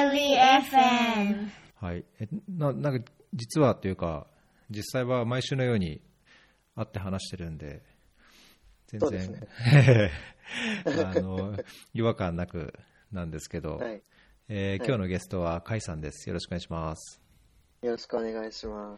Friendly FM。 はい。なんか実はというか、実際は毎週のように会って話してるんで、全然、ね、違和感なくなんですけど、 はい今日のゲストは甲斐さんです。よろしくお願いします。 よろしくお願いします。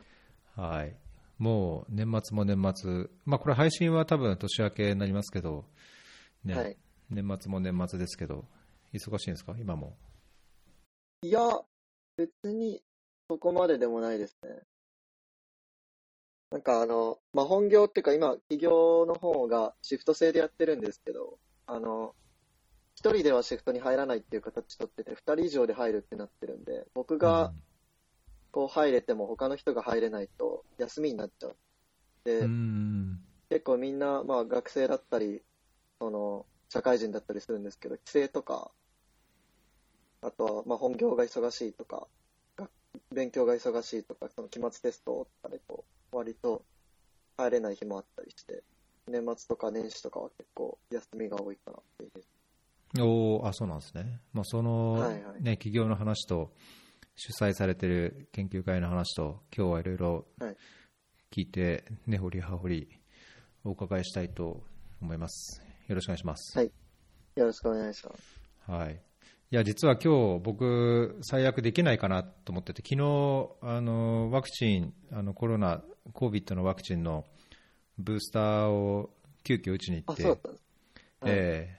はい。もう年末も年末、これ配信は多分年明けになりますけど、ね、はい、年末も年末ですけど、忙しいんですか、今も。 いや、別にそこまででもないですね。なんか本業っていうか今、企業の方がシフト制でやってるんですけど、一人ではシフトに入らないっていう形取ってて、二人以上で入るってなってるんで、僕がこう入れても他の人が入れないと休みになっちゃう。で、結構みんな、学生だったり、社会人だったりするんですけど、帰省とか、あとは本業が忙しいとか、勉強が忙しいとか、その期末テストとかで割と入れない日もあったりして、年末とか年始とかは結構休みが多いかなっていう。 そうなんですね。その、はいはい、企業の話と主催されている研究会の話と今日はいろいろ聞いて根掘り葉掘りお伺いしたいと思います。よろしくお願いします。 はい。よろしくお願いします。 はい。いや実は今日僕最悪できないかなと思ってて、昨日ワクチンコロナ COVID のワクチンのブースターを急遽打ちに行って、 そうだったんです。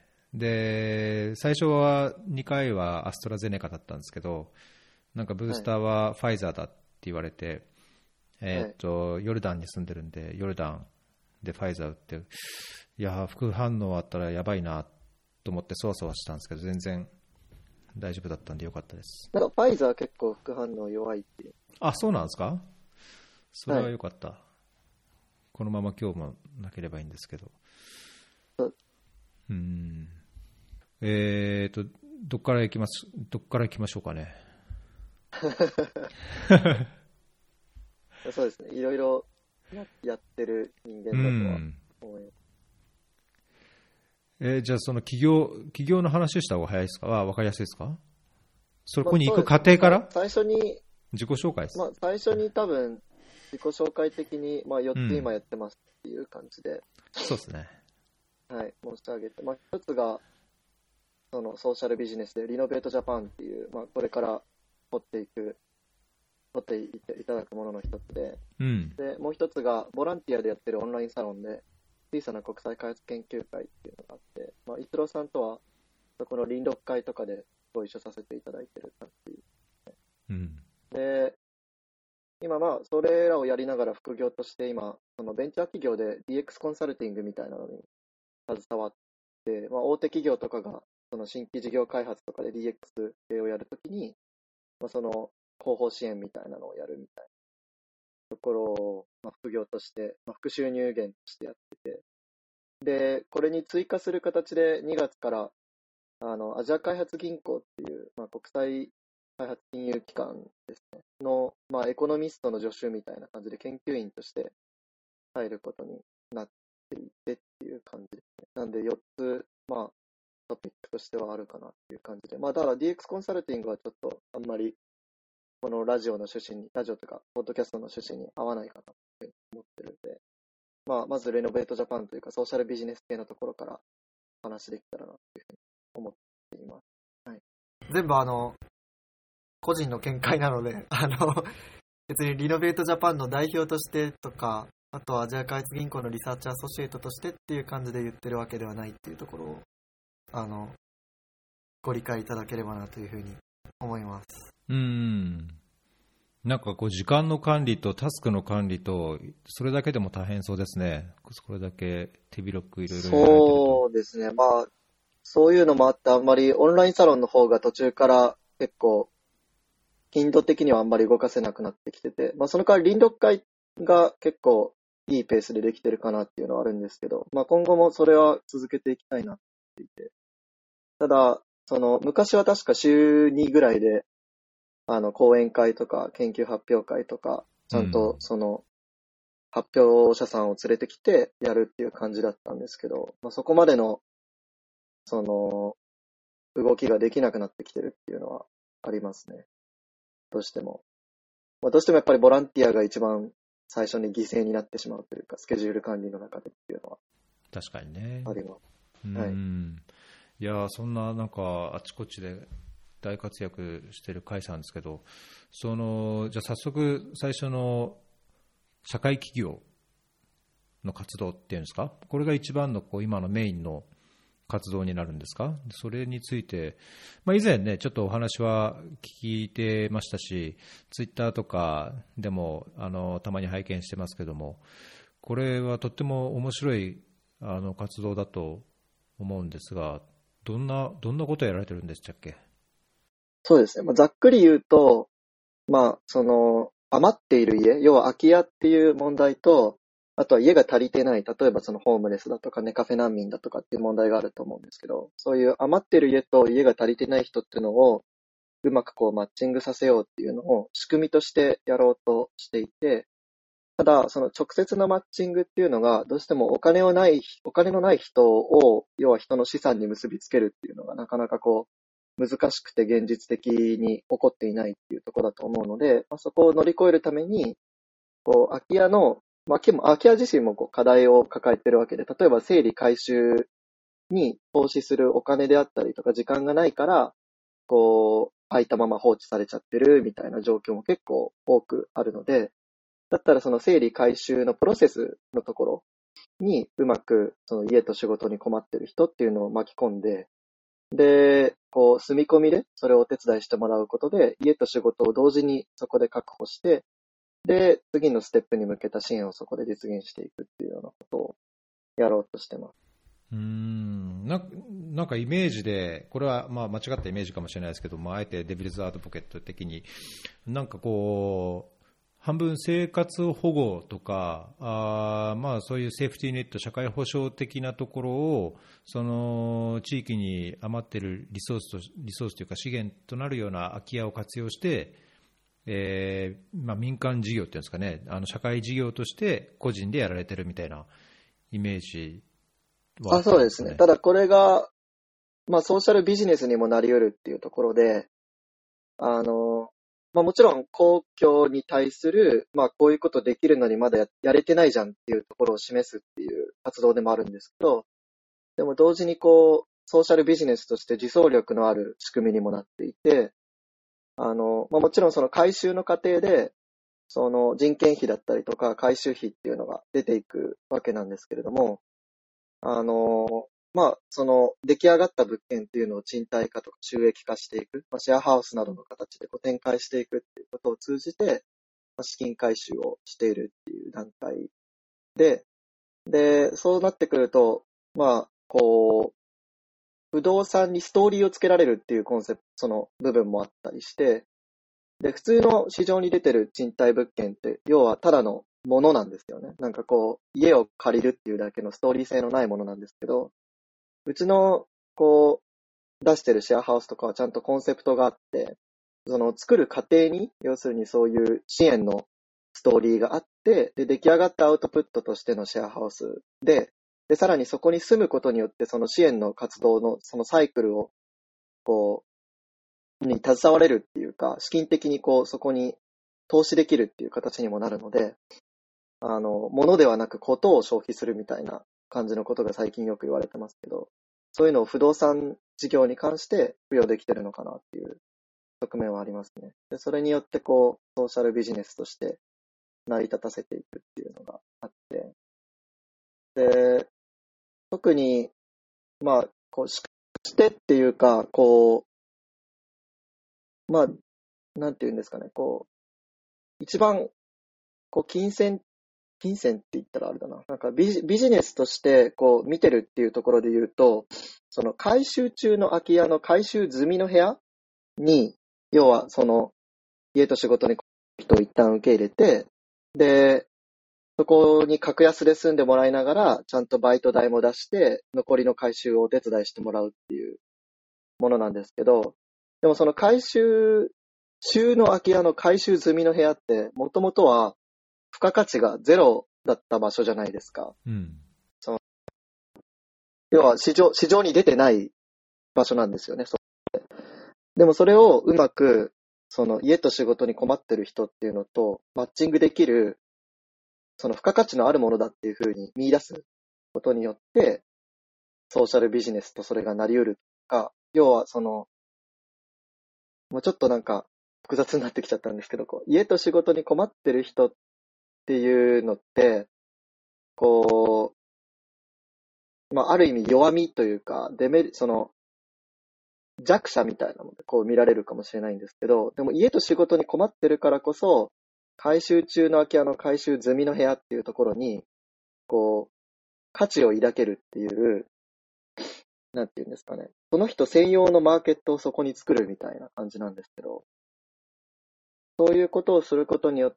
で最初は2回はアストラゼネカだったんですけど、なんかブースターはファイザーだって言われて、ヨルダンに住んでるんでヨルダンでファイザー打って、いや副反応あったらやばいなと思ってそわそわしたんですけど、全然大丈夫だったんでよかったです。 なんかファイザー結構副反応弱いっていう。 そうなんですか。それはよかった、このまま今日もなければいいんですけど。どっから行きましょうかね。 そうですね、いろいろやってる人間だとは思います。 じゃあその企業の話した方が早いですか。分かりやすいですか。そこに行く過程から、 最初に自己紹介です。 最初に多分自己紹介的に、4つ今やってますっていう感じで、 そうですね。 はい、申し上げて、一つがそのソーシャルビジネスでリノベートジャパンっていう、これから取っていただくものの一つで、でもう一つがボランティアでやってるオンラインサロンで小さな国際開発研究会っていうのがあって、一郎さんとはそこの臨読会とかでご一緒させていただいてる感じ、で今それらをやりながら副業として今そのベンチャー企業で DX コンサルティングみたいなのに携わって、大手企業とかがその新規事業開発とかで DX 系をやるときに、その広報支援みたいなのをやるみたいなところを、副業として、副収入源としてやってて、で、これに追加する形で2月からアジア開発銀行っていう、国際開発金融機関ですねの、エコノミストの助手みたいな感じで研究員として入ることになっていてっていう感じですね。なんで4つ、トピックとしてはあるかなっていう感じで、だから DX コンサルティングはちょっとあんまりこのラジオとかポッドキャストの趣旨に合わないかなって思ってるんで、まずレノベートジャパンというかソーシャルビジネス系のところから話できたらなというふうに思っています。はい、 全部個人の見解なので、別にリノベートジャパンの代表としてとか、あとはアジア開発銀行のリサーチアソシエイトとしてっていう感じで言ってるわけではないっていうところをご理解いただければなというふうに思います。 なんか時間の管理とタスクの管理とそれだけでも大変そうですね。これだけ手広くいろいろやられてると。 そうですね。そういうのもあって、あんまりオンラインサロンの方が途中から結構頻度的にはあんまり動かせなくなってきてて、その代わり臨読会が結構いいペースでできてるかなっていうのはあるんですけど、今後もそれは続けていきたいなって言っていて、ただ昔は確か週2ぐらいで講演会とか研究発表会とかちゃんと発表者さんを連れてきてやるっていう感じだったんですけど、そこまでの動きができなくなってきてるっていうのはありますね。どうしても。どうしてもやっぱりボランティアが一番最初に犠牲になってしまうというか、スケジュール管理の中でっていうのは。 確かにね。 あります。 はい。いや、そんななんかあちこちで大活躍してる甲斐さんですけど、じゃあ早速最初の社会企業の活動っていうんですか、これが一番の今のメインの活動になるんですか。それについて、以前ねちょっとお話は聞いてましたし、ツイッターとかでもたまに拝見してますけども、これはとっても面白い活動だと思うんですが、どんなことをやられてるんでしたっけ。 そうですね。ざっくり言うと、余っている家、要は空き家っていう問題と、あとは家が足りてない、例えばそのホームレスだとかネカフェ難民だとかっていう問題があると思うんですけど、そういう余っている家と家が足りてない人っていうのをうまくマッチングさせようっていうのを仕組みとしてやろうとしていて、ただその直接のマッチングっていうのがどうしてもお金のない人を要は人の資産に結びつけるっていうのがなかなか難しくて現実的に起こっていないっていうところだと思うので、そこを乗り越えるために、空き家自身も課題を抱えているわけで、例えば整理回収に投資するお金であったりとか時間がないから、空いたまま放置されちゃってるみたいな状況も結構多くあるので、だったらその整理回収のプロセスのところにうまくその家と仕事に困ってる人っていうのを巻き込んで、で、住み込みでそれをお手伝いしてもらうことで、家と仕事を同時にそこで確保して、で、次のステップに向けた支援をそこで実現していくっていうようなことをやろうとしてます。 なんかイメージで、これは間違ったイメージかもしれないですけど、あえてデビルズアドボケット的に、なんか半分生活保護とか、そういうセーフティーネット、社会保障的なところを、その地域に余っているリソースというか資源となるような空き家を活用して、民間事業っていうんですかね、社会事業として個人でやられてるみたいなイメージは、 そうですね。ただこれが、ソーシャルビジネスにもなり得るっていうところで、もちろん公共に対する、こういうことできるのにまだ やれてないじゃんっていうところを示すっていう活動でもあるんですけど、でも同時にソーシャルビジネスとして自走力のある仕組みにもなっていて、もちろんその回収の過程で、その人件費だったりとか回収費っていうのが出ていくわけなんですけれども、その出来上がった物件っていうのを賃貸化とか収益化していく、シェアハウスなどの形で展開していくっていうことを通じて、資金回収をしているっていう段階で、そうなってくると、不動産にストーリーをつけられるっていうその部分もあったりして、で、普通の市場に出てる賃貸物件って、要はただのものなんですよね。なんか家を借りるっていうだけのストーリー性のないものなんですけど、うちの、出してるシェアハウスとかはちゃんとコンセプトがあって、その作る過程に、要するにそういう支援のストーリーがあって、で、出来上がったアウトプットとしてのシェアハウスで、さらにそこに住むことによって、その支援の活動のそのサイクルを、に携われるっていうか、資金的にそこに投資できるっていう形にもなるので、物ではなくことを消費するみたいな感じのことが最近よく言われてますけど、そういうのを不動産事業に関して付与できてるのかなっていう側面はありますね。で、それによってソーシャルビジネスとして成り立たせていくっていうのがあって、で、特に、してっていうか、なんていうんですかね、一番、金銭って言ったらあれだな。なんかビジネスとして見てるっていうところで言うと、その回収中の空き家の回収済みの部屋に、要はその家と仕事に人を一旦受け入れて、で、そこに格安で住んでもらいながら、ちゃんとバイト代も出して、残りの回収をお手伝いしてもらうっていうものなんですけど、でもその回収中の空き家の回収済みの部屋って、もともとは、付加価値がゼロだった場所じゃないですか。要は市場に出てない場所なんですよね。 でもそれをうまく、その家と仕事に困ってる人っていうのとマッチングできる、その付加価値のあるものだっていうふうに見出すことによって、ソーシャルビジネスとそれがなり得るか、要はその、もうちょっとなんか複雑になってきちゃったんですけど、こう家と仕事に困ってる人っていうのって、こう、まあ、ある意味弱みというか、その、弱者みたいなのでこう見られるかもしれないんですけど、でも家と仕事に困ってるからこそ、改修中の空き家の改修済みの部屋っていうところに、こう、価値を抱けるっていう、なんていうんですかね。その人専用のマーケットをそこに作るみたいな感じなんですけど、そういうことをすることによって、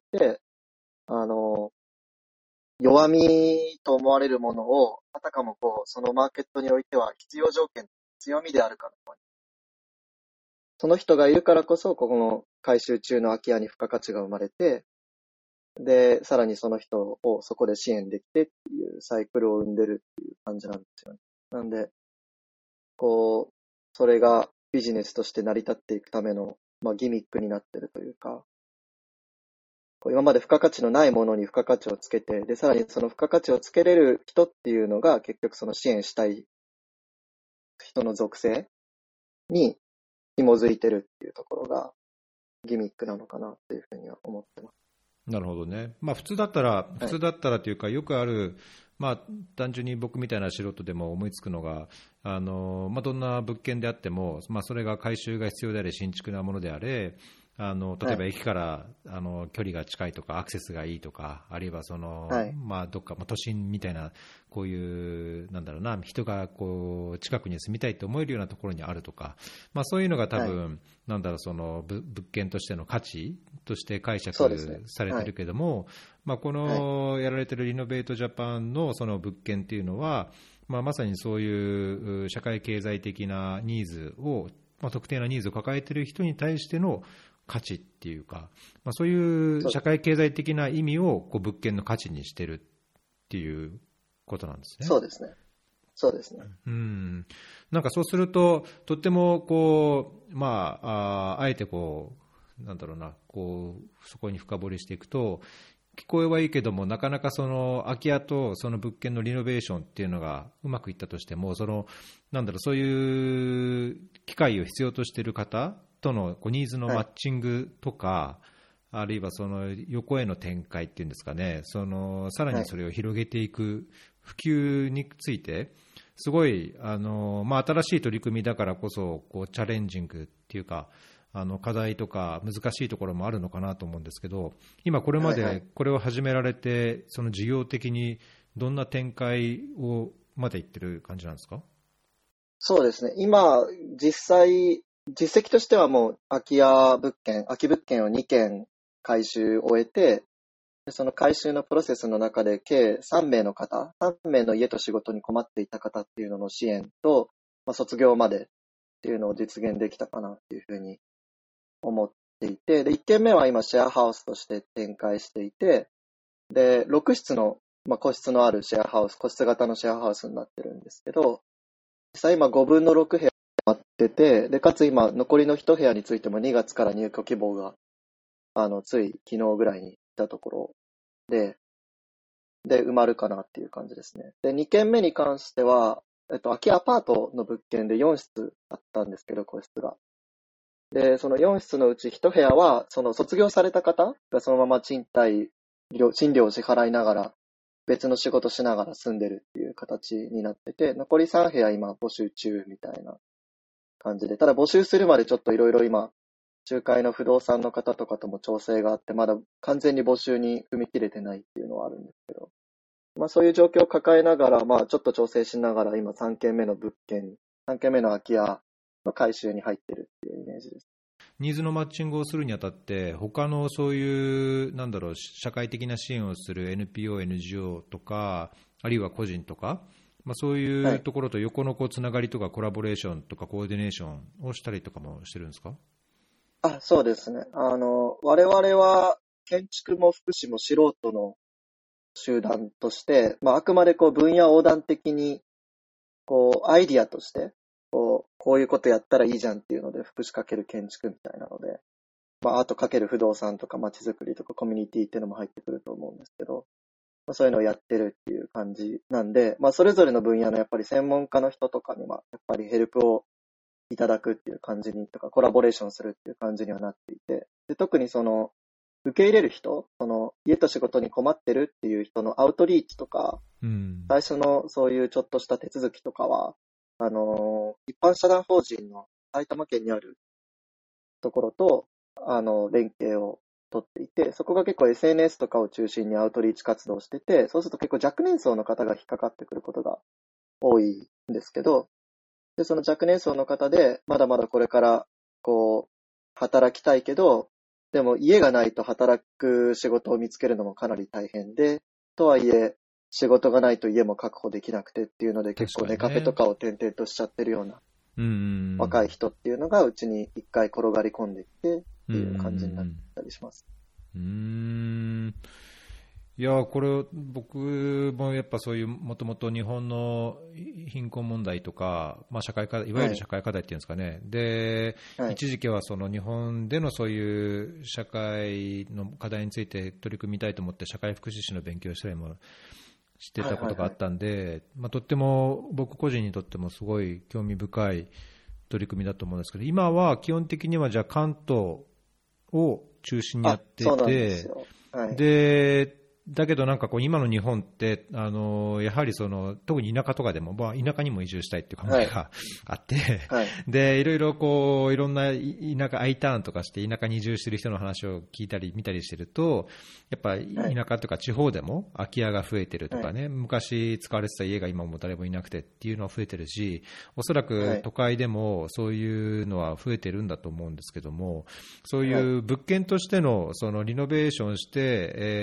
弱みと思われるものを、あたかもこう、そのマーケットにおいては必要条件、強みであるかのように。その人がいるからこそ、ここの改修中の空き家に付加価値が生まれて、で、さらにその人をそこで支援できてっていうサイクルを生んでるっていう感じなんですよね。なんで、こう、それがビジネスとして成り立っていくための、まあ、ギミックになってるというか、こう今まで付加価値のないものに付加価値をつけて、で、さらにその付加価値をつけれる人っていうのが結局その支援したい人の属性に紐づいてるっていうところがギミックなのかなっていうふうには思ってます。 なるほどね。まあ普通だったらというか、よくある、まあ単純に僕みたいな素人でも思いつくのが、まあどんな物件であっても、まあそれが改修が必要であれ、新築なものであれ、例えば駅から距離が近いとかアクセスがいいとか、あるいはその、まあどっか都心みたいな、こういうなんだろうな、人がこう近くに住みたいと思えるようなところにあるとか、まあそういうのが多分、なんだろう、その物件としての価値として解釈されてるけども、まあこのやられてるリノベートジャパンのその物件っていうのは、まあまさにそういう社会経済的なニーズを、まあ特定なニーズを抱えている人に対しての価値っていうか、まあ、そういう社会経済的な意味をこう物件の価値にしてるっていうことなんですね。 そうですね。そうですね。 なんかそうすると、とってもこう、まあ、あえてこう、なんだろうな、こう、そこに深掘りしていくと、聞こえはいいけども、なかなかその空き家とその物件のリノベーションっていうのがうまくいったとしても、その、なんだろう、そういう機会を必要としている方とのニーズのマッチングとか、あるいはその横への展開っていうんですかね、そのさらにそれを広げていく普及について、すごいまあ、新しい取り組みだからこそこうチャレンジングっていうか、課題とか難しいところもあるのかなと思うんですけど、今これまでこれを始められて、その事業的にどんな展開をまでいってる感じなんですか？ そうですね。今、実績としてはもう空き物件を2件改修を終えて、その改修のプロセスの中で計3名の家と仕事に困っていた方っていうのの支援と、まあ、卒業までっていうのを実現できたかなっていうふうに思っていて、で、1件目は今シェアハウスとして展開していて、で、6室の、まあ、個室のあるシェアハウス、個室型のシェアハウスになってるんですけど、実際今5分の6部屋あってて、で、かつ今残りの1部屋についても2月から入居希望が、つい昨日ぐらいに来たところで埋まるかなっていう感じですね。で、2件目に関しては、空きアパートの物件で4室あったんですけど、個室が。で、その4室のうち1部屋は、その卒業された方がそのまま賃料を支払いながら、別の仕事しながら住んでるっていう形になってて、残り3部屋今募集中みたいな感じで、ただ募集するまでちょっといろいろ今、仲介の不動産の方とかとも調整があって、まだ完全に募集に踏み切れてないっていうのはあるんですけど、まあそういう状況を抱えながら、まあちょっと調整しながら今3件目の空き家の改修に入ってるっていうイメージです。 ニーズのマッチングをするにあたって、他のそういうなんだろう、社会的な支援をする NPO、NGO とか、あるいは個人とか、まあ、そういうところと横のつながりとかコラボレーションとかコーディネーションをしたりとかもしてるんですか？ そうですね。我々は建築も福祉も素人の集団として、まあ、あくまで分野横断的に、アイディアとして、ここういうことやったらいいじゃんっていうので、福祉かける建築みたいなので、あとかける不動産とか街づくりとかコミュニティっていうのも入ってくると思うんですけど、そういうのをやってるっていう感じなんで、それぞれの分野のやっぱり専門家の人とかには、やっぱりヘルプをいただくっていう感じにとか、コラボレーションするっていう感じにはなっていて、で特にその、受け入れる人、その、家と仕事に困ってるっていう人のアウトリーチとか、最初のそういうちょっとした手続きとかは、一般社団法人の埼玉県にあるところと、連携を取っていて、そこが結構 SNS とかを中心にアウトリーチ活動をしてて、そうすると結構若年層の方が引っかかってくることが多いんですけど、で、その若年層の方で、まだまだこれから、こう、働きたいけど、でも家がないと働く仕事を見つけるのもかなり大変で、とはいえ、仕事がないと家も確保できなくてっていうので、結構ね、カフェとかを転々としちゃってるような、若い人っていうのがうちに一回転がり込んできてっていう感じになったりします。 いや、これ僕もやっぱそういうもともと日本の貧困問題とか、社会課題、いわゆる社会課題っていうんですかね、で、一時期はその日本でのそういう社会の課題について取り組みたいと思って社会福祉士の勉強をしたりもしてたことがあったんで、とっても僕個人にとってもすごい興味深い取り組みだと思うんですけど、今は基本的にはじゃあ関東を中心にやっていて、でだけどなんかこう今の日本ってやはりその特に田舎とかでも、田舎にも移住したいっていう考えがあって、でいろいろこういろんな田舎 I ターンとかして田舎に移住してる人の話を聞いたり見たりしてると、やっぱ田舎とか地方でも空き家が増えてるとかね、昔使われてた家が今も誰もいなくてっていうのは増えてるし、おそらく都会でもそういうのは増えてるんだと思うんですけども、そういう物件としてのそのリノベーションして、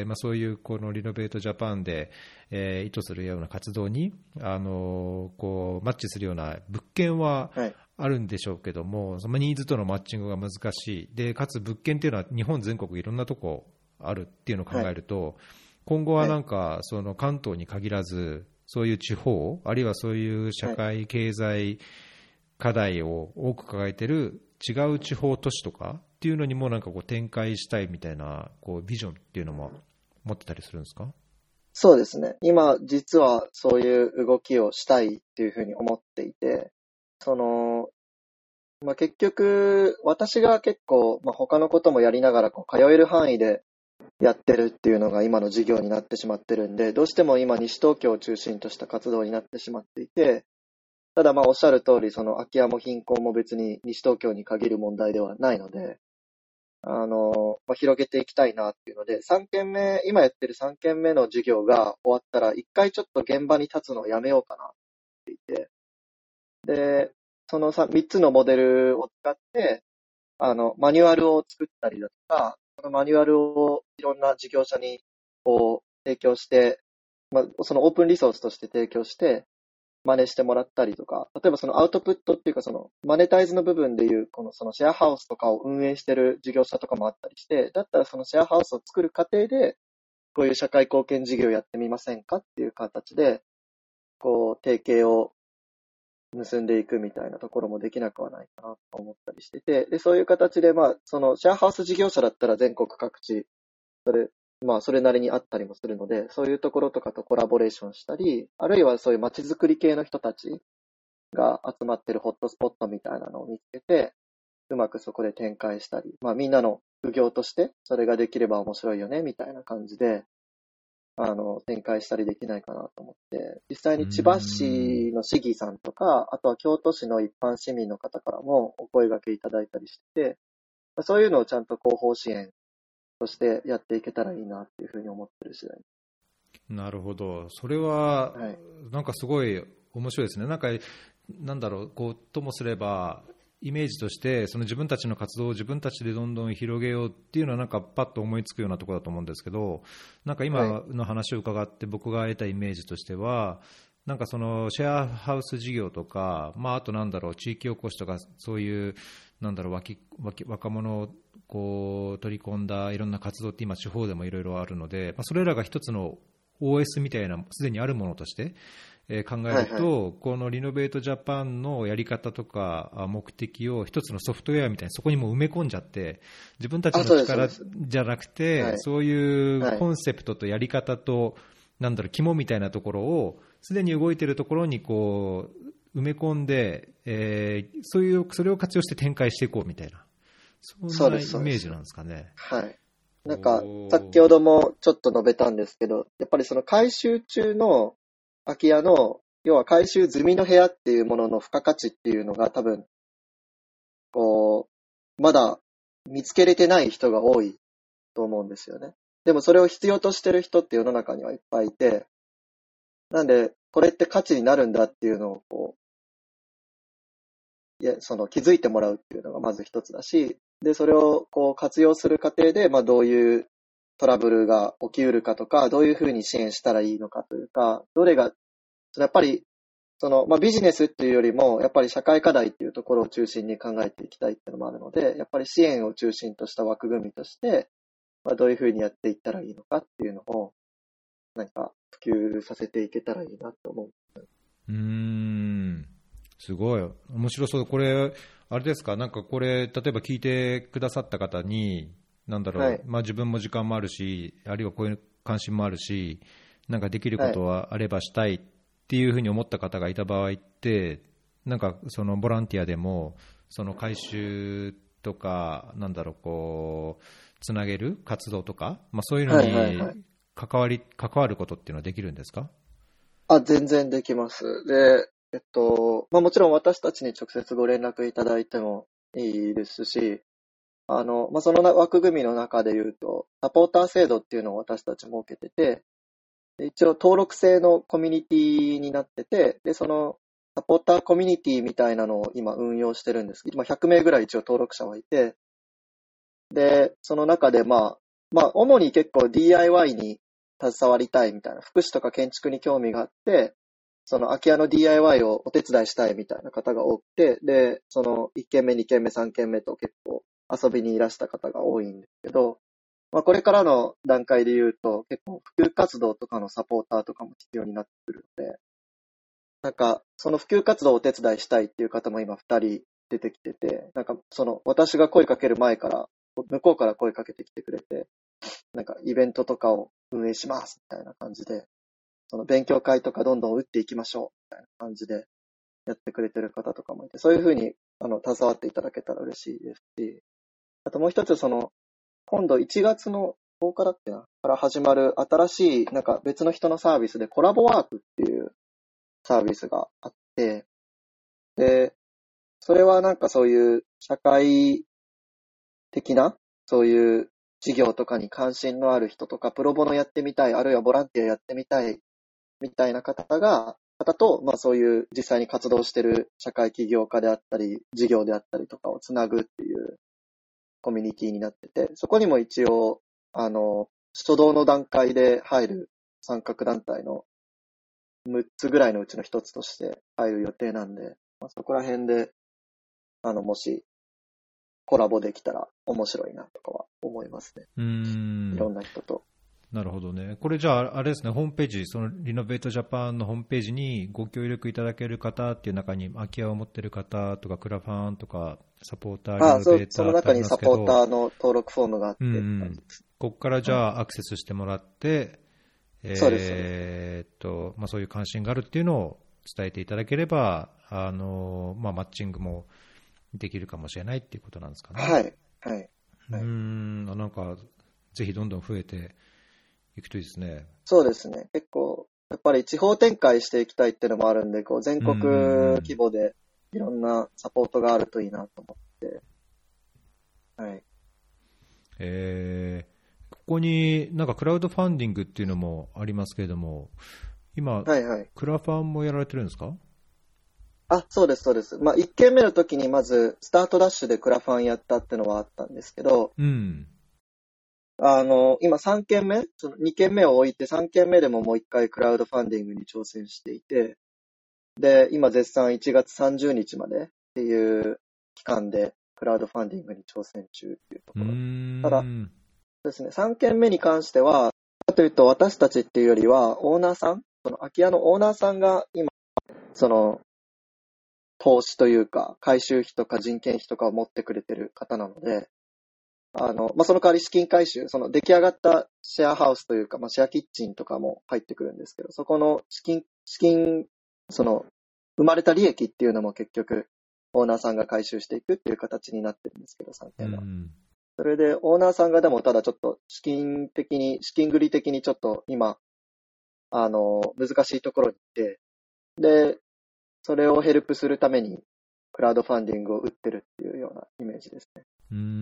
そういうこのリノベートジャパンで、意図するような活動にこうマッチするような物件はあるんでしょうけども、そのニーズとのマッチングが難しいで、かつ物件っていうのは日本全国いろんなとこあるっていうのを考えると、今後はなんかその関東に限らずそういう地方、あるいはそういう社会経済課題を多く抱えている違う地方都市とかっていうのにもなんかこう展開したいみたいなこうビジョンっていうのも持ってたりするんですか？ そうですね。今、実はそういう動きをしたいっていうふうに思っていて、結局、私が結構、他のこともやりながらこう通える範囲でやってるっていうのが今の事業になってしまってるんで、どうしても今西東京を中心とした活動になってしまっていて、ただおっしゃる通り、その空き家も貧困も別に西東京に限る問題ではないので、広げていきたいなっていうので、今やってる3件目の授業が終わったら、一回ちょっと現場に立つのをやめようかなって言って、で、その3つのモデルを使って、マニュアルを作ったりだとか、そのマニュアルをいろんな事業者にこう提供して、そのオープンリソースとして提供して、真似してもらったりとか、例えばそのアウトプットっていうかそのマネタイズの部分でいうそのシェアハウスとかを運営してる事業者とかもあったりして、だったらそのシェアハウスを作る過程でこういう社会貢献事業をやってみませんかっていう形でこう提携を結んでいくみたいなところもできなくはないかなと思ったりしてて、でそういう形でそのシェアハウス事業者だったら全国各地それなりにあったりもするので、そういうところとかとコラボレーションしたり、あるいはそういう街づくり系の人たちが集まってるホットスポットみたいなのを見つけて、うまくそこで展開したり、みんなの副業としてそれができれば面白いよねみたいな感じで、展開したりできないかなと思って、実際に千葉市の市議さんとか、あとは京都市の一般市民の方からもお声掛けいただいたりして、そういうのをちゃんと広報支援としてやっていけたらいいなっていうふうに思ってる次第。 なるほど。それはなんかすごい面白いですね。なんだろう、こうともすればイメージとしてその自分たちの活動を自分たちでどんどん広げようっていうのはなんかパッと思いつくようなところだと思うんですけど、なんか今の話を伺って僕が得たイメージとしては、なんかそのシェアハウス事業とか、あとなんだろう、地域おこしとか、そういうなんだろう、若者をこう取り込んだいろんな活動って今地方でもいろいろあるので、それらが一つの OS みたいなすでにあるものとして、 考えると、このリノベートジャパンのやり方とか目的を一つのソフトウェアみたいにそこにも埋め込んじゃって、自分たちの力じゃなくて、そういうコンセプトとやり方と、肝みたいなところを、すでに動いているところにこう埋め込んで、それを活用して展開していこうみたいな、そんなイメージなんですかね。 はい。なんか、先ほどもちょっと述べたんですけど、やっぱりその改修中の空き家の、要は改修済みの部屋っていうものの付加価値っていうのが多分、まだ見つけれてない人が多いと思うんですよね。でもそれを必要としてる人って世の中にはいっぱいいて、なんで、これって価値になるんだっていうのを気づいてもらうっていうのがまず一つだし、で、それを活用する過程で、どういうトラブルが起きうるかとか、どういうふうに支援したらいいのかというか、どれが、やっぱり、ビジネスっていうよりも、やっぱり社会課題っていうところを中心に考えていきたいっていうのもあるので、やっぱり支援を中心とした枠組みとして、どういうふうにやっていったらいいのかっていうのを、普及させていけたらいいなと思う。 すごい。面白そう。これ、あれですか、これ、例えば聞いてくださった方に、自分も時間もあるし、あるいはこういう関心もあるし、できることはあればしたいっていうふうに思った方がいた場合って、そのボランティアでも、その改修とか、つなげる活動とか、そういうのに関わることっていうのはできるんですか？ 全然できます。で、もちろん私たちに直接ご連絡いただいてもいいですし、その枠組みの中で言うと、サポーター制度っていうのを私たち設けてて、一応登録制のコミュニティになってて、で、そのサポーターコミュニティみたいなのを今運用してるんですけど、今100名ぐらい一応登録者はいて、で、その中で主に結構 DIY に携わりたいみたいな、福祉とか建築に興味があって、その空き家の DIY をお手伝いしたいみたいな方が多くて、で、その1軒目、2軒目、3軒目と結構遊びにいらした方が多いんですけど、これからの段階で言うと結構普及活動とかのサポーターとかも必要になってくるので、その普及活動をお手伝いしたいっていう方も今2人出てきてて、私が声かける前から、向こうから声かけてきてくれて、イベントとかを運営しますみたいな感じで、その勉強会とかどんどん打っていきましょうみたいな感じでやってくれてる方とかもいて、そういうふうに携わっていただけたら嬉しいですし、あともう一つ今度1月の10日だっけなから始まる新しい別の人のサービスでコラボワークっていうサービスがあって、で、それはそういう社会的なそういう事業とかに関心のある人とか、プロボノやってみたい、あるいはボランティアやってみたいみたいな方と、そういう実際に活動している社会起業家であったり、事業であったりとかをつなぐっていうコミュニティになってて、そこにも一応、初動の段階で入る参画団体の6つぐらいのうちの1つとして入る予定なんで、そこら辺で、もし、コラボできたら面白いなとかは思いますね。いろんな人と。 なるほどね。これじゃあ、あれですね、ホームページ、そのリノベートジャパンのホームページにご協力いただける方っていう中に、空き家を持ってる方とか、クラファンとか、サポーター、リノベーターその中にサポーターの登録フォームがあって、 ここからじゃあアクセスしてもらって、 そうです。 そういう関心があるっていうのを伝えていただければ、マッチングもできるかもしれないっていうことなんですかね。 はい。はい。 ぜひどんどん増えていくといいですね。 そうですね。結構、やっぱり地方展開していきたいっていうのもあるんで、全国規模でいろんなサポートがあるといいなと思って。はい。 ここにクラウドファンディングっていうのもありますけれども、今、クラファンもやられてるんですか？ そうです、そうです。1件目の時にまず、スタートダッシュでクラファンやったってのはあったんですけど、今3件目、その2件目を置いて3件目でももう1回クラウドファンディングに挑戦していて、で、今絶賛1月30日までっていう期間でクラウドファンディングに挑戦中っていうところ。ただですね、3件目に関しては、かというと私たちっていうよりはオーナーさんその空き家のオーナーさんが今、その、投資というか、改修費とか人件費とかを持ってくれてる方なので、その代わり資金回収、その出来上がったシェアハウスというか、シェアキッチンとかも入ってくるんですけど、そこの資金、その、生まれた利益っていうのも結局、オーナーさんが回収していくっていう形になってるんですけど、3件は。それで、オーナーさんがでもただちょっと資金繰り的にちょっと今、難しいところにいて、で、それをヘルプするために、クラウドファンディングを打ってるっていうようなイメージですね。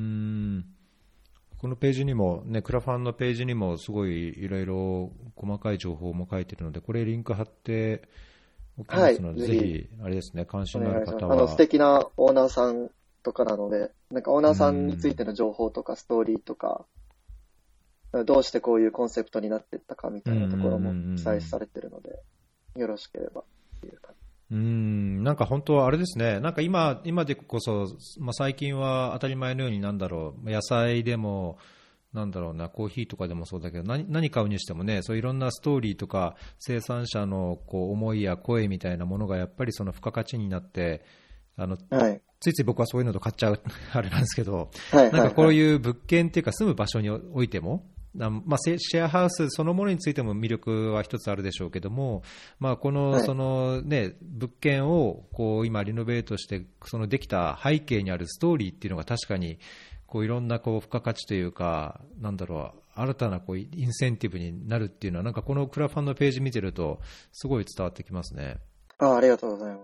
このページにも、ね、クラファンのページにもすごいいろいろ細かい情報も書いてるので、これリンク貼っておきますので、ぜひ、あれですね、関心のある方は。 素敵なオーナーさんとかなので、なんかオーナーさんについての情報とかストーリーとか、どうしてこういうコンセプトになっていったかみたいなところも記載されてるので、よろしければっていう感じ。 なんか本当はあれですね、なんか今でこそ、最近は当たり前のように野菜でもコーヒーとかでもそうだけど、何買うにしてもね、そういろんなストーリーとか生産者のこう思いや声みたいなものがやっぱりその付加価値になって、ついつい僕はそういうのと買っちゃうあれなんですけど、なんかこういう物件っていうか住む場所においても、シェアハウスそのものについても魅力は一つあるでしょうけども、このそのね、物件をこう今リノベートしてそのできた背景にあるストーリーっていうのが確かにこういろんなこう付加価値というか、新たなこうインセンティブになるっていうのは、なんかこのクラファンのページ見てるとすごい伝わってきますね。 ありがとうございます。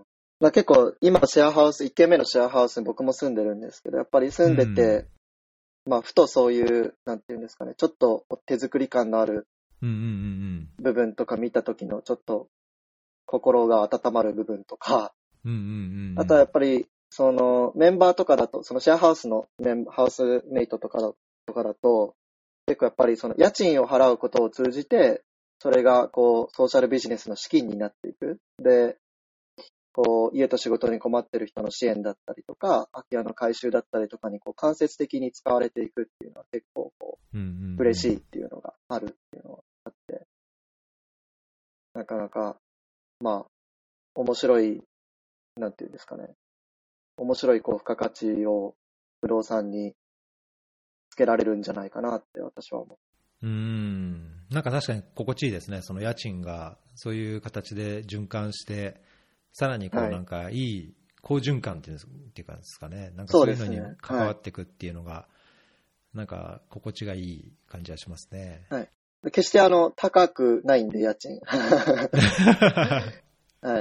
結構今シェアハウス、1軒目のシェアハウスに僕も住んでるんですけど、やっぱり住んでて、ふとそういう、なんていうんですかね、ちょっと手作り感のある部分とか見た時のちょっと心が温まる部分とか、あとはやっぱりそのメンバーとかだと、そのシェアハウスのハウスメイトとかだと、結構やっぱりその家賃を払うことを通じて、それがこうソーシャルビジネスの資金になっていく。で、こう家と仕事に困ってる人の支援だったりとか、空き家の改修だったりとかにこう間接的に使われていくっていうのは結構こう嬉しいっていうのがあるっていうのがあって、なかなか面白い、なんていうんですかね、面白いこう付加価値を不動産につけられるんじゃないかなって私は思う。 なんか確かに心地いいですね。その家賃がそういう形で循環して、さらにこうなんかいい好循環っていうかですかね。なんかそういうのに関わっていくっていうのが、なんか心地がいい感じはしますね。 はい。決して高くないんで、家賃。はい。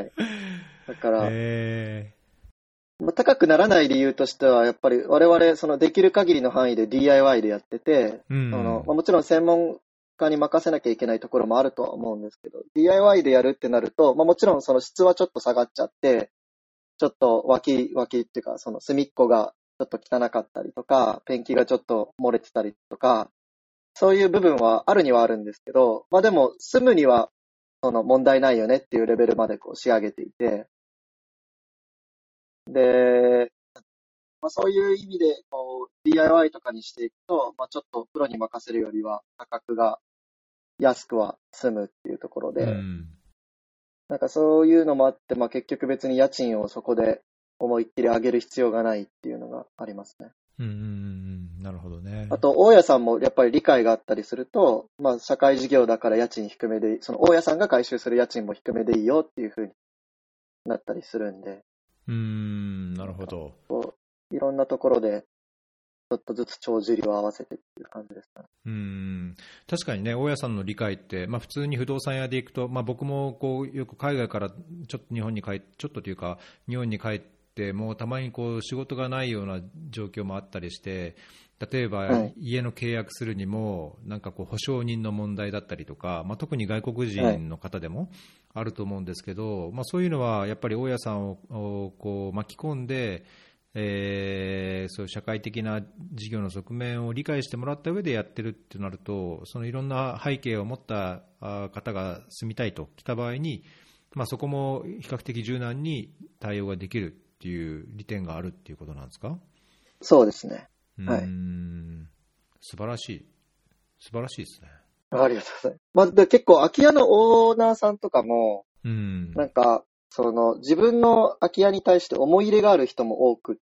だから、高くならない理由としては、やっぱり我々、そのできる限りの範囲で DIY でやってて、もちろん専門家に任せなきゃいけないところもあるとは思うんですけど、DIY でやるってなると、もちろんその質はちょっと下がっちゃって、ちょっと脇っていうか、その隅っこがちょっと汚かったりとか、ペンキがちょっと漏れてたりとか、そういう部分はあるにはあるんですけど、でも住むにはその問題ないよねっていうレベルまでこう仕上げていて、で、そういう意味でこう DIY とかにしていくと、ちょっとプロに任せるよりは価格が安くは済むっていうところで、なんかそういうのもあって、結局別に家賃をそこで思いっきり上げる必要がないっていうのがありますね。 なるほどね。 あと、大家さんもやっぱり理解があったりすると、社会事業だから家賃低めで、その大家さんが回収する家賃も低めでいいよっていう風になったりするんで。 なるほど。 いろんなところで、ちょっとずつ帳尻を合わせてっていう感じですね。 確かにね、大家さんの理解って、普通に不動産屋で行くと、僕もこうよく海外からちょっと日本に帰って、ちょっとというか、日本に帰って、もうたまにこう仕事がないような状況もあったりして、例えば家の契約するにも、なんかこう保証人の問題だったりとか、特に外国人の方でもあると思うんですけど、そういうのはやっぱり大家さんをこう巻き込んで、そういう社会的な事業の側面を理解してもらった上でやってるってなると、そのいろんな背景を持った方が住みたいと来た場合に、そこも比較的柔軟に対応ができるっていう利点があるっていうことなんですか？ そうですね。はい。 素晴らしいですね。 ありがとうございます。まあ、で結構空き家のオーナーさんとかも、なんか、自分の空き家に対して思い入れがある人も多くって、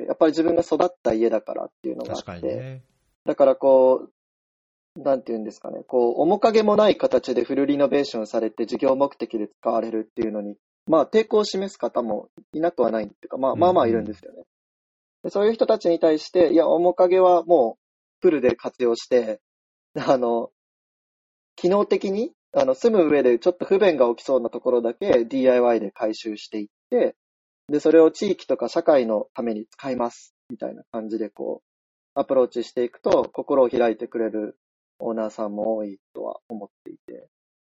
やっぱり自分が育った家だからっていうのがあって、 確かにね。 だからなんていうんですかね、面影もない形でフルリノベーションされて事業目的で使われるっていうのに、まあ抵抗を示す方もいなくはないっていうか、まあいるんですよね。でそういう人たちに対して、いや、面影はもうフルで活用して、機能的に、住む上でちょっと不便が起きそうなところだけ DIY で回収していって、で、それを地域とか社会のために使います、みたいな感じでアプローチしていくと、心を開いてくれるオーナーさんも多いとは思っていて、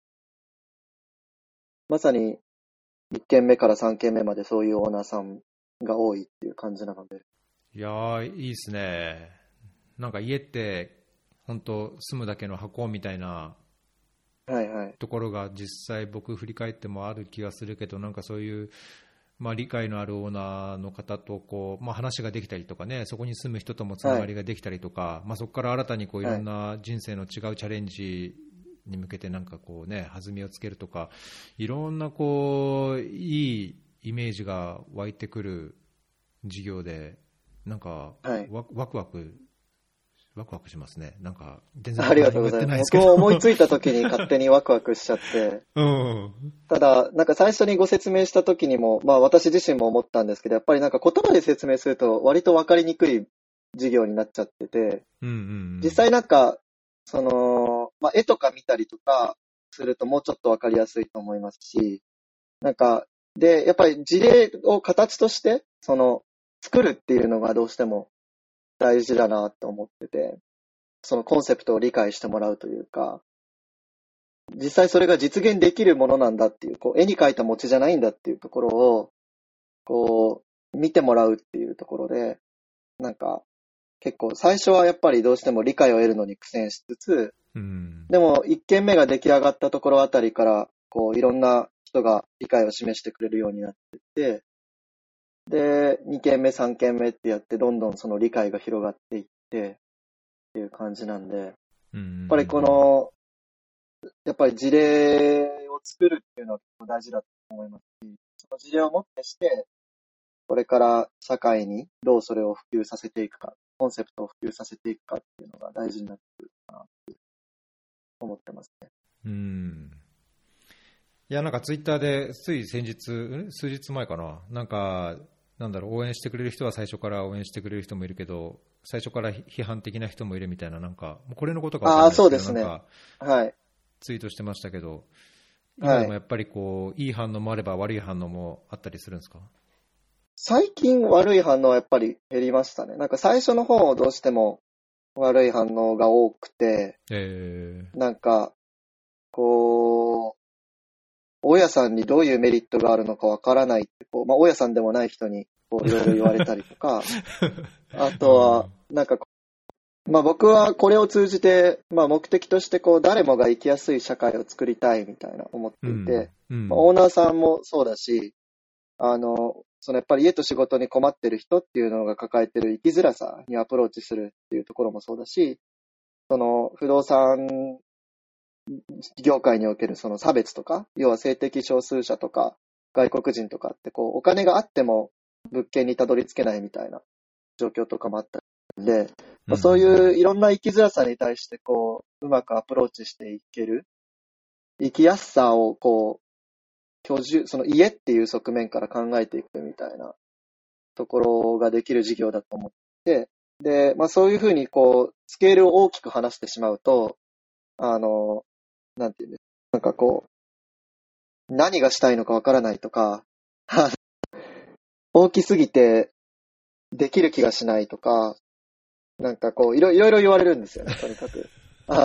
まさに1軒目から3軒目までそういうオーナーさんが多いっていう感じなので。 いやー、いいですね。なんか家って本当住むだけの箱みたいなところが実際僕振り返ってもある気がするけど、なんかそういう、まあ、理解のあるオーナーの方と話ができたりとかね、そこに住む人ともつながりができたりとか、まあ、そこから新たにいろんな人生の違うチャレンジに向けてなんか弾みをつけるとか、いろんないいイメージが湧いてくる事業で、なんかワクワクしますね。なんか全然ありがとうございます。僕も思いついた時に勝手にワクワクしちゃって。ただ、なんか最初にご説明した時にも、まあ私自身も思ったんですけど、やっぱりなんか言葉で説明すると割と分かりにくい事業になっちゃってて、実際なんか、まあ絵とか見たりとかするともうちょっと分かりやすいと思いますし、なんか、で、やっぱり事例を形として、作るっていうのがどうしても大事だなと思ってて、そのコンセプトを理解してもらうというか、実際それが実現できるものなんだっていう、絵に描いた餅じゃないんだっていうところを、見てもらうっていうところで、なんか、結構最初はやっぱりどうしても理解を得るのに苦戦しつつ、でも一軒目が出来上がったところあたりから、いろんな人が理解を示してくれるようになっていって、で、2軒目、3軒目ってやって、どんどんその理解が広がっていって、っていう感じなんで、やっぱりやっぱり事例を作るっていうのは結構大事だと思いますし、その事例をもってして、これから社会にどうそれを普及させていくか、コンセプトを普及させていくかっていうのが大事になってくるかなって思ってますね。 いや、なんかツイッターでつい先日、数日前かな、なんか、応援してくれる人は最初から応援してくれる人もいるけど、最初から批判的な人もいるみたいな、なんか、これのことか分かんないですけど、 そうですね。 なんかツイートしてましたけど、今でもやっぱりいい反応もあれば悪い反応もあったりするんですか？ 最近悪い反応はやっぱり減りましたね。なんか最初の方どうしても悪い反応が多くて、なんか、大家さんにどういうメリットがあるのかわからないって、まあ、大家さんでもない人にいろいろ言われたりとか、あとは、なんか、まあ僕はこれを通じて、まあ目的として誰もが生きやすい社会を作りたいみたいな思っていて、まあ、オーナーさんもそうだし、やっぱり家と仕事に困ってる人っていうのが抱えてる生きづらさにアプローチするっていうところもそうだし、不動産業界におけるその差別とか、要は性的少数者とか外国人とかってお金があっても物件にたどり着けないみたいな状況とかもあったんで、まあ、そういういろんな生きづらさに対してうまくアプローチしていける、生きやすさをその家っていう側面から考えていくみたいなところができる事業だと思って、で、まあそういうふうにスケールを大きく話してしまうと、なんていうんですか、なんか何がしたいのかわからないとか、大きすぎてできる気がしないとか、なんかいろいろ言われるんですよね、とにかく。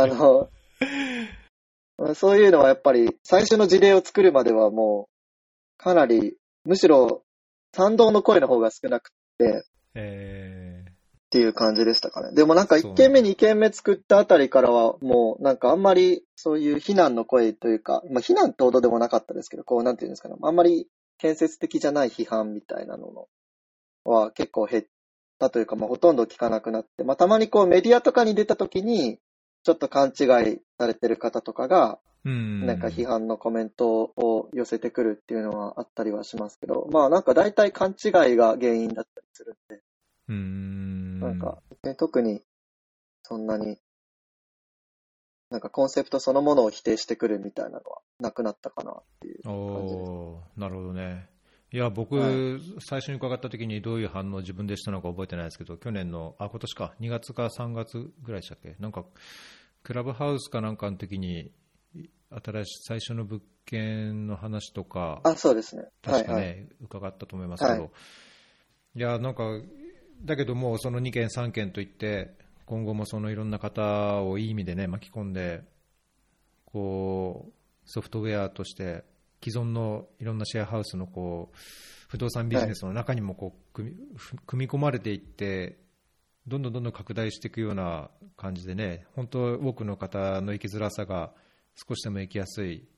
そういうのはやっぱり最初の事例を作るまではもうかなり、むしろ賛同の声の方が少なくて、っていう感じでしたかね。でもなんか1軒目2軒目作ったあたりからはもうなんかあんまりそういう非難の声というか、まあ非難ってほどでもなかったですけど、なんていうんですかね、あんまり建設的じゃない批判みたいなのは結構減ったというか、まあほとんど聞かなくなって、まあたまにメディアとかに出た時に、 ちょっと勘違いされてる方とかが、なんか批判のコメントを寄せてくるっていうのはあったりはしますけど、まあなんか大体勘違いが原因だったりするんで、なんか、特にそんなに、なんかコンセプトそのものを否定してくるみたいなのはなくなったかなっていう感じです。 なるほどね。いや、僕、最初に伺った時にどういう反応を自分でしたのか覚えてないですけど、今年か、2月か3月ぐらいでしたっけ、なんか、クラブハウスかなんかの時に、最初の物件の話とか、 そうですね。 確かね、伺ったと思いますけど、いや、なんか、だけどもうその2件3件といって、今後もそのいろんな方をいい意味でね、巻き込んで、こう、ソフトウェアとして、既存のいろんなシェアハウスのこう不動産ビジネスの中にもこう組み込まれていって、どんどん拡大していくような感じでね、本当多くの方の生きづらさが少しでも生きやすい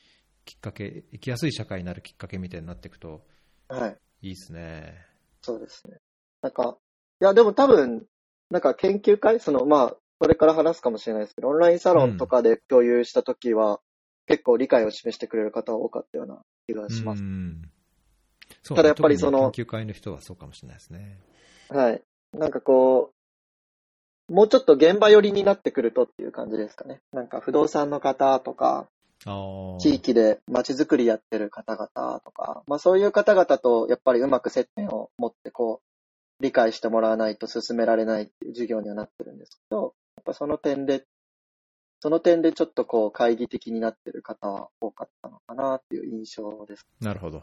社会になるきっかけみたいになっていくと、いいですね。 そうですね。なんか、いやでも多分、なんか研究会、これから話すかもしれないですけど、オンラインサロンとかで共有したときは、結構理解を示してくれる方は多かったような気がします。 そう、 ただやっぱり研究会の人はそうかもしれないですね。 はい。なんかこう、もうちょっと現場寄りになってくるとっていう感じですかね。なんか不動産の方とか、地域で街づくりやってる方々とか、まあそういう方々とやっぱりうまく接点を持ってこう、理解してもらわないと進められないっていう授業にはなってるんですけど、やっぱその点でちょっとこう懐疑的になってる方は多かったのかなっていう印象です。 なるほど。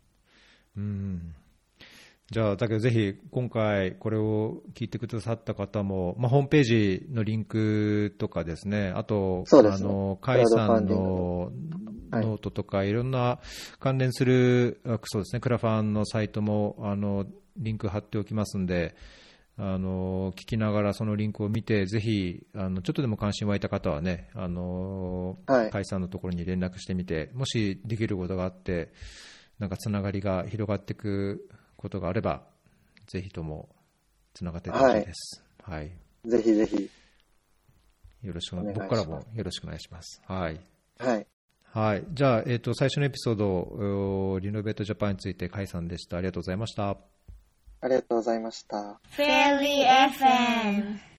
じゃあ、だけどぜひ今回これを聞いてくださった方も、ホームページのリンクとかですね、あと、甲斐さんのノートとかいろんな関連する、そうですね、クラファンのサイトもリンク貼っておきますんで、聞きながらそのリンクを見て、ぜひちょっとでも関心湧いた方はね、甲斐さんのところに連絡してみて、もしできることがあって、なんかつながりが広がっていくことがあれば、ぜひともつながっていってほしいです。 ぜひぜひ。 よろしく、僕からもよろしくお願いします。じゃあ、最初のエピソード、リノベートジャパンについて甲斐さんでした。ありがとうございました。 ありがとうございました。 Fairly FM